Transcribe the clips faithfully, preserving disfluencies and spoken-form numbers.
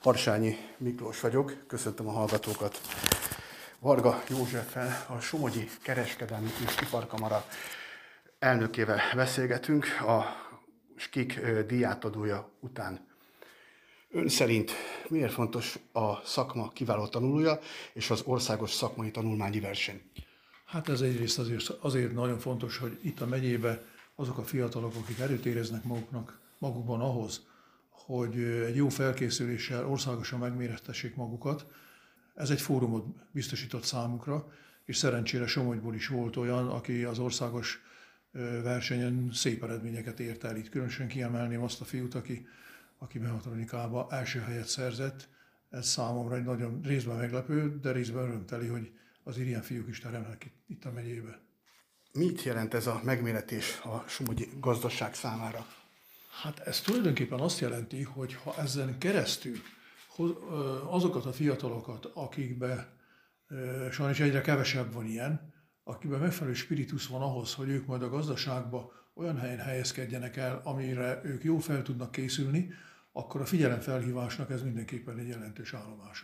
Harsányi Miklós vagyok, köszöntöm a hallgatókat. Varga Józseffel, a Somogyi Kereskedelmi és Iparkamara elnökével beszélgetünk a skik díjátadója után. Ön szerint miért fontos a szakma kiváló tanulója és az országos szakmai tanulmányi verseny? Hát ez egyrészt azért, azért nagyon fontos, hogy itt a megyében azok a fiatalok, akik erőt éreznek maguknak, magukban ahhoz, hogy egy jó felkészüléssel országosan megmérettessék magukat. Ez egy fórumot biztosított számukra, és szerencsére Somogyból is volt olyan, aki az országos versenyen szép eredményeket ért el. Itt különösen kiemelném azt a fiút, aki, aki mechatronikába első helyet szerzett. Ez számomra egy nagyon részben meglepő, de részben örömteli, hogy azért ilyen fiúk is teremnek itt, itt a megyébe. Mit jelent ez a megméretés a somogyi gazdaság számára? Hát ez tulajdonképpen azt jelenti, hogy ha ezen keresztül azokat a fiatalokat, akikben sajnos egyre kevesebb van ilyen, akikben megfelelő spiritus van ahhoz, hogy ők majd a gazdaságba olyan helyen helyezkedjenek el, amire ők jól fel tudnak készülni, akkor a figyelemfelhívásnak ez mindenképpen egy jelentős állomása.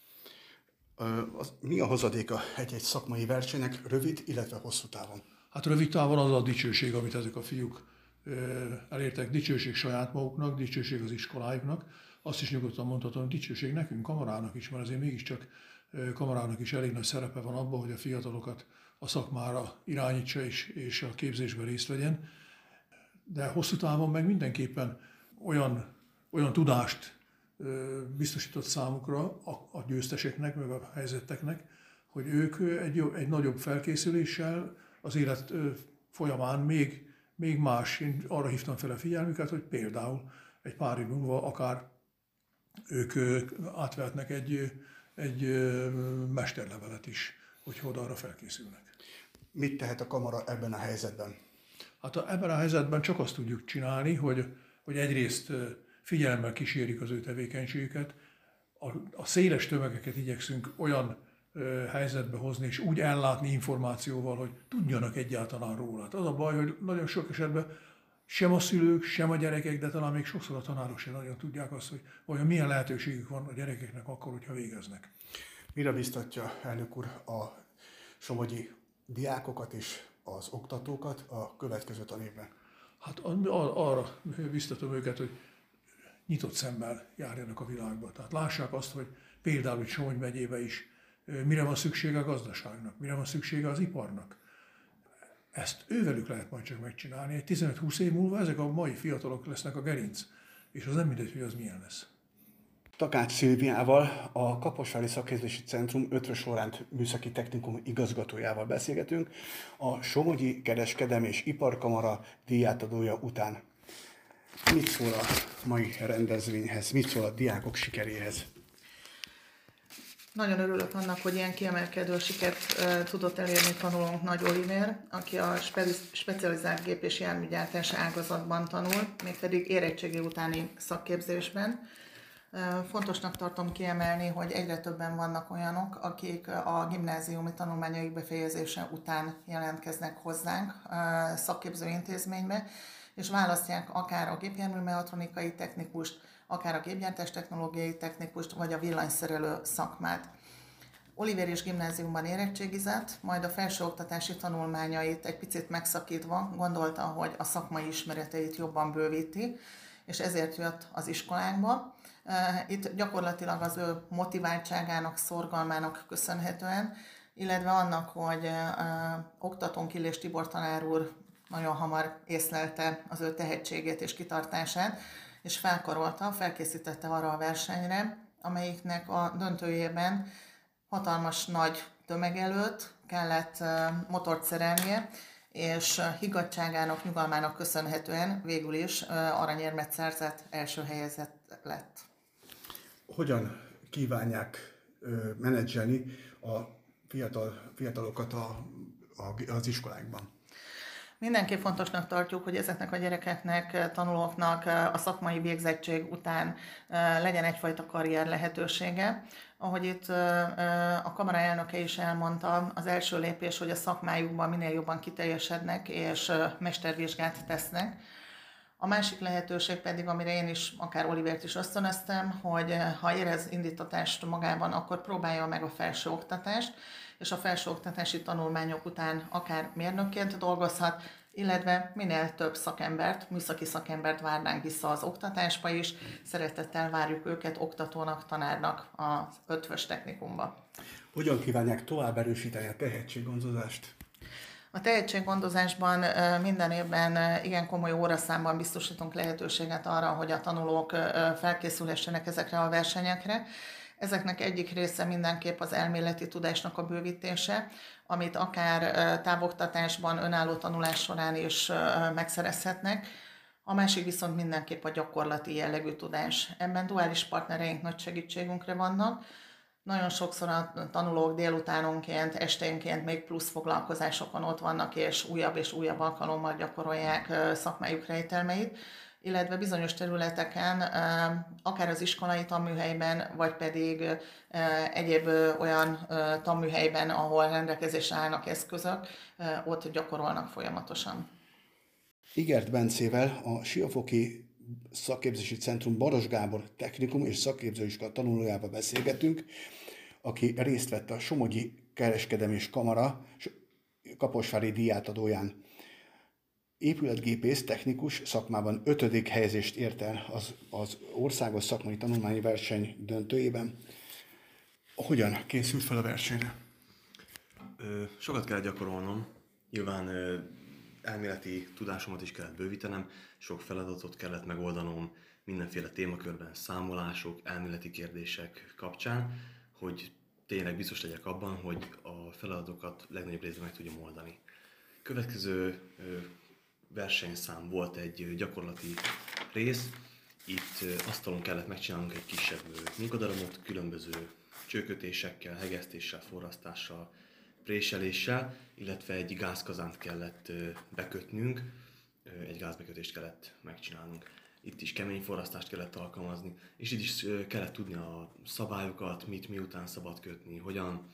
Mi a hozadéka egy-egy szakmai versenynek rövid, illetve hosszú távon? Hát rövid távon az a dicsőség, amit ezek a fiúk elértek, dicsőség saját maguknak, dicsőség az iskolájuknak. Azt is nyugodtan mondhatom, dicsőség nekünk, kamarának is, mert azért mégiscsak kamarának is elég nagy szerepe van abban, hogy a fiatalokat a szakmára irányítsa és, és a képzésben részt vegyen. De hosszú távon meg mindenképpen olyan, olyan tudást biztosított számukra a, a győzteseknek, meg a helyzetteknek, hogy ők egy, egy nagyobb felkészüléssel az élet folyamán még, még más, én arra hívtam fel a figyelmüket, hogy például egy pár év múlva akár ők átvehetnek egy, egy mesterlevelet is, hogyha oda arra felkészülnek. Mit tehet a kamara ebben a helyzetben? Hát a, ebben a helyzetben csak azt tudjuk csinálni, hogy, hogy egyrészt figyelemmel kísérjük az ő tevékenységüket, a, a széles tömegeket igyekszünk olyan ö, helyzetbe hozni, és úgy ellátni információval, hogy tudjanak egyáltalán róla. Az a baj, hogy nagyon sok esetben sem a szülők, sem a gyerekek, de talán még sokszor a tanárok sem nagyon tudják azt, hogy vajon milyen lehetőségük van a gyerekeknek akkor, hogyha végeznek. Mire biztatja, elnök úr, a somogyi diákokat és az oktatókat a következő tanévben? Hát arra biztatom őket, hogy nyitott szemmel járjanak a világba. Tehát lássák azt, hogy például itt Somogy megyébe is mire van szüksége a gazdaságnak, mire van szüksége az iparnak. Ezt ővelük lehet majd csak megcsinálni. Egy tizenöt-húsz év múlva ezek a mai fiatalok lesznek a gerinc, és az nem mindegy, hogy az milyen lesz. Takács Szilviával, a Kaposvári Szakképzési Centrum Eötvös Loránd Műszaki Technikum igazgatójával beszélgetünk a Somogyi Kereskedelmi és Iparkamara díjátadója után. Mit szól a mai rendezvényhez, mit szól a diákok sikeréhez? Nagyon örülök annak, hogy ilyen kiemelkedő sikert uh, tudott elérni tanulónk Nagy Olivér, aki a spe- specializált gép- és járműgyártás ágazatban tanul, mégpedig érettségi utáni szakképzésben. Uh, fontosnak tartom kiemelni, hogy egyre többen vannak olyanok, akik a gimnáziumi tanulmányaik befejezése után jelentkeznek hozzánk uh, szakképző intézménybe, és választják akár a gépjárműmechatronikai technikust, akár a gépgyártás technológiai technikust, vagy a villanyszerelő szakmát. Olivér is gimnáziumban érettségizett, majd a felsőoktatási tanulmányait egy picit megszakítva gondolta, hogy a szakmai ismereteit jobban bővíti, és ezért jött az iskolánkba. Itt gyakorlatilag az ő motiváltságának, szorgalmának köszönhetően, illetve annak, hogy oktatónk Illés Tibor tanár úr nagyon hamar észlelte az ő tehetségét és kitartását, és felkarolta, felkészítette arra a versenyre, amelyiknek a döntőjében hatalmas nagy tömeg előtt kellett motort szerelnie, és higgadtságának, nyugalmának köszönhetően végül is aranyérmet szerzett, első helyezett lett. Hogyan kívánják menedzselni a fiatal, fiatalokat a, a, az iskolákban? Mindenképp fontosnak tartjuk, hogy ezeknek a gyerekeknek, tanulóknak a szakmai végzettség után legyen egyfajta karrier lehetősége. Ahogy itt a kamara elnöke is elmondta, az első lépés, hogy a szakmájukban minél jobban kiteljesednek és mestervizsgát tesznek. A másik lehetőség pedig, amire én is, akár Olivért is ösztönöztem, hogy ha érez indítatást magában, akkor próbálja meg a felsőoktatást, és a felsőoktatási tanulmányok után akár mérnökként dolgozhat, illetve minél több szakembert, műszaki szakembert várnánk vissza az oktatásba is. Szeretettel várjuk őket oktatónak, tanárnak az Ötvös Technikumba. Hogyan kívánják tovább erősíteni a tehetséggondozást? A tehetséggondozásban minden évben igen komoly óraszámban biztosítunk lehetőséget arra, hogy a tanulók felkészülhessenek ezekre a versenyekre. Ezeknek egyik része mindenképp az elméleti tudásnak a bővítése, amit akár távoktatásban, önálló tanulás során is megszerezhetnek. A másik viszont mindenképp a gyakorlati jellegű tudás. Ebben duális partnereink nagy segítségünkre vannak. Nagyon sokszor a tanulók délutánonként, esténként még plusz foglalkozásokon ott vannak, és újabb és újabb alkalommal gyakorolják szakmájuk rejtelmeit, illetve bizonyos területeken, akár az iskolai tanműhelyben, vagy pedig egyéb olyan tanműhelyben, ahol rendelkezésre állnak eszközök, ott gyakorolnak folyamatosan. Igert Bencével, a Siafoki Szakképzési Centrum Baros Gábor Technikum és Szakképzőiskola tanulójával beszélgetünk, aki részt vett a Somogyi Kereskedelmi és Kamara Kaposvári díjátadóján. Épületgépész technikus szakmában ötödik helyezést ért el az, az országos szakmai tanulmányi verseny döntőjében. Hogyan készült fel a versenyre? Ö, sokat kell gyakorolnom, nyilván ö, elméleti tudásomat is kellett bővítenem, sok feladatot kellett megoldanom mindenféle témakörben, számolások, elméleti kérdések kapcsán, hogy tényleg biztos legyek abban, hogy a feladatokat legnagyobb részben meg tudjam oldani. Következő ö, versenyszám volt egy gyakorlati rész, itt asztalon kellett megcsinálnunk egy kisebb munkadarabot, különböző csőkötésekkel, hegesztéssel, forrasztással, préseléssel, illetve egy gázkazánt kellett bekötnünk, egy gázbekötést kellett megcsinálnunk. Itt is kemény forrasztást kellett alkalmazni, és itt is kellett tudni a szabályokat, mit miután szabad kötni, hogyan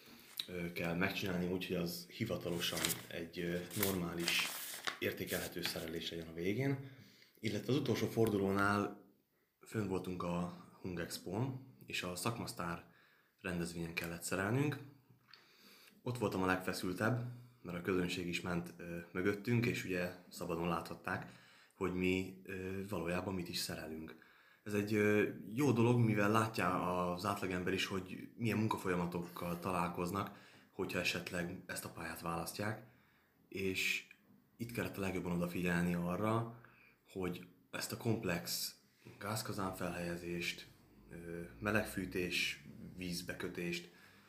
kell megcsinálni, úgyhogy az hivatalosan egy normális, értékelhető szerelés legyen a végén. Illetve az utolsó fordulónál fönn voltunk a Hungexpón, és a Szakmasztár rendezvényen kellett szerelnünk. Ott voltam a legfeszültebb, mert a közönség is ment ö, mögöttünk, és ugye szabadon láthatták, hogy mi ö, valójában mit is szerelünk. Ez egy ö, jó dolog, mivel látja az átlagember is, hogy milyen munkafolyamatokkal találkoznak, hogyha esetleg ezt a pályát választják, és itt kellett a legjobban odafigyelni arra, hogy ezt a komplex gázkazán felhelyezést, melegfűtés, vízbekötést,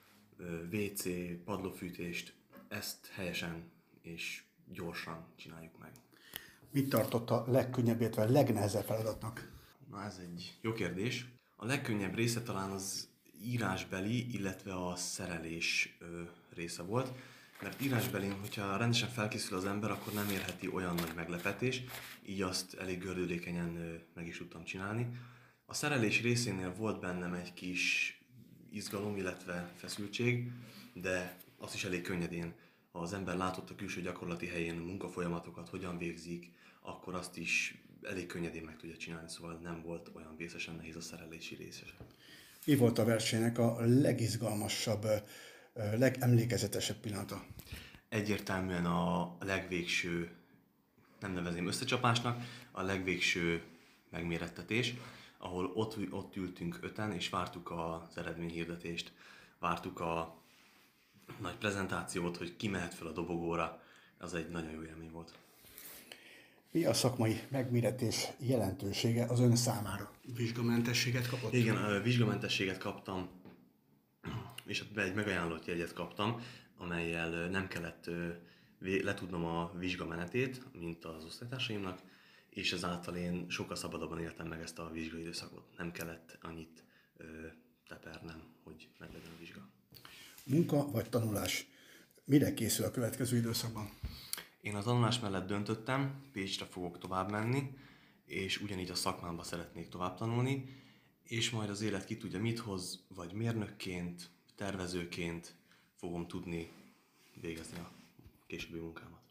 vé cé, padlófűtést, ezt helyesen és gyorsan csináljuk meg. Mit tartott a legkönnyebb, illetve a legnehezebb feladatnak? Na, ez egy jó kérdés. A legkönnyebb része talán az írásbeli, illetve a szerelés része volt. Mert írásbelén, hogyha rendesen felkészül az ember, akkor nem érheti olyan nagy meglepetés, így azt elég gördülékenyen meg is tudtam csinálni. A szerelés részénél volt bennem egy kis izgalom, illetve feszültség, de azt is elég könnyedén. Ha az ember látott a külső gyakorlati helyén munkafolyamatokat, hogyan végzik, akkor azt is elég könnyedén meg tudja csinálni, szóval nem volt olyan vészesen nehéz a szerelési része. Mi volt a versenynek a legizgalmasabb, legemlékezetesebb pillanata? Egyértelműen a legvégső, nem nevezném összecsapásnak, a legvégső megmérettetés, ahol ott, ott ültünk öten, és vártuk az eredményhirdetést, vártuk a nagy prezentációt, hogy ki mehet fel a dobogóra, az egy nagyon jó élmény volt. Mi a szakmai megméretés jelentősége az ön számára? Vizsgamentességet kapott? Igen, vizsgamentességet kaptam, és egy megajánlott jegyet kaptam, amellyel nem kellett letudnom a vizsgamenetét, mint az osztálytársaimnak, és ezáltal én sokkal szabadabban éltem meg ezt a vizsgai időszakot. Nem kellett annyit ö, tepernem, hogy meglegyen a vizsga. Munka vagy tanulás? Mire készül a következő időszakban? Én a tanulás mellett döntöttem, Pécsre fogok tovább menni, és ugyanígy a szakmámba szeretnék tovább tanulni, és majd az élet ki tudja mit hoz, vagy mérnökként, tervezőként fogom tudni végezni a későbbi munkámat.